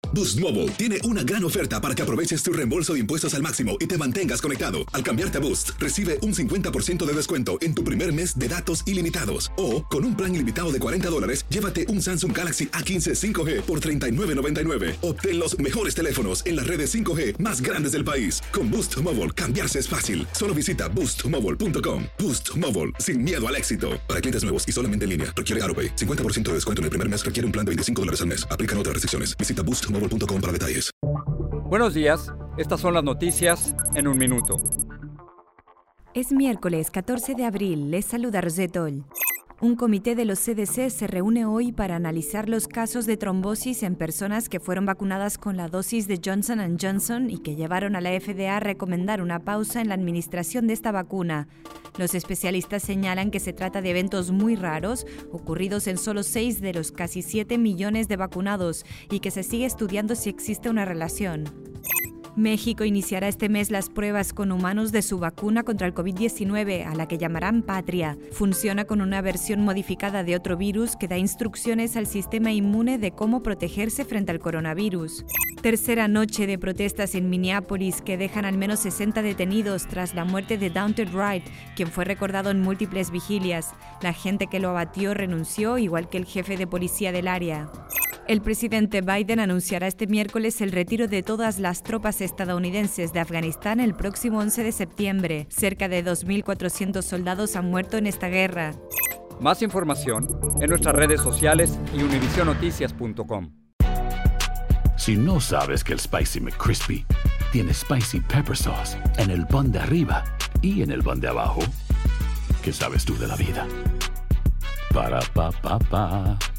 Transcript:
Boost Mobile tiene una gran oferta para que aproveches tu reembolso de impuestos al máximo y te mantengas conectado. Al cambiarte a Boost, recibe un 50% de descuento en tu primer mes de datos ilimitados. O, con un plan ilimitado de $40, llévate un Samsung Galaxy A15 5G por $39.99. Obtén los mejores teléfonos en las redes 5G más grandes del país. Con Boost Mobile, cambiarse es fácil. Solo visita boostmobile.com. Boost Mobile, sin miedo al éxito. Para clientes nuevos y solamente en línea, requiere AroPay. 50% de descuento en el primer mes requiere un plan de $25 al mes. Aplican otras restricciones. Visita boostmobile.com para detalles. Buenos días, estas son las noticias en un minuto. Es miércoles 14 de abril, les saluda Rosette Oll. Un comité de los CDC se reúne hoy para analizar los casos de trombosis en personas que fueron vacunadas con la dosis de Johnson & Johnson y que llevaron a la FDA a recomendar una pausa en la administración de esta vacuna. Los especialistas señalan que se trata de eventos muy raros, ocurridos en solo 6 de los casi 7 millones de vacunados, y que se sigue estudiando si existe una relación. México iniciará este mes las pruebas con humanos de su vacuna contra el COVID-19, a la que llamarán Patria. Funciona con una versión modificada de otro virus que da instrucciones al sistema inmune de cómo protegerse frente al coronavirus. Tercera noche de protestas en Minneapolis que dejan al menos 60 detenidos tras la muerte de Daunte Wright, quien fue recordado en múltiples vigilias. La gente que lo abatió renunció, igual que el jefe de policía del área. El presidente Biden anunciará este miércoles el retiro de todas las tropas estadounidenses de Afganistán el próximo 11 de septiembre. Cerca de 2.400 soldados han muerto en esta guerra. Más información en nuestras redes sociales y univisionoticias.com. Si no sabes que el Spicy McCrispy tiene Spicy Pepper Sauce en el pan de arriba y en el pan de abajo, ¿qué sabes tú de la vida? Para, pa, pa, pa.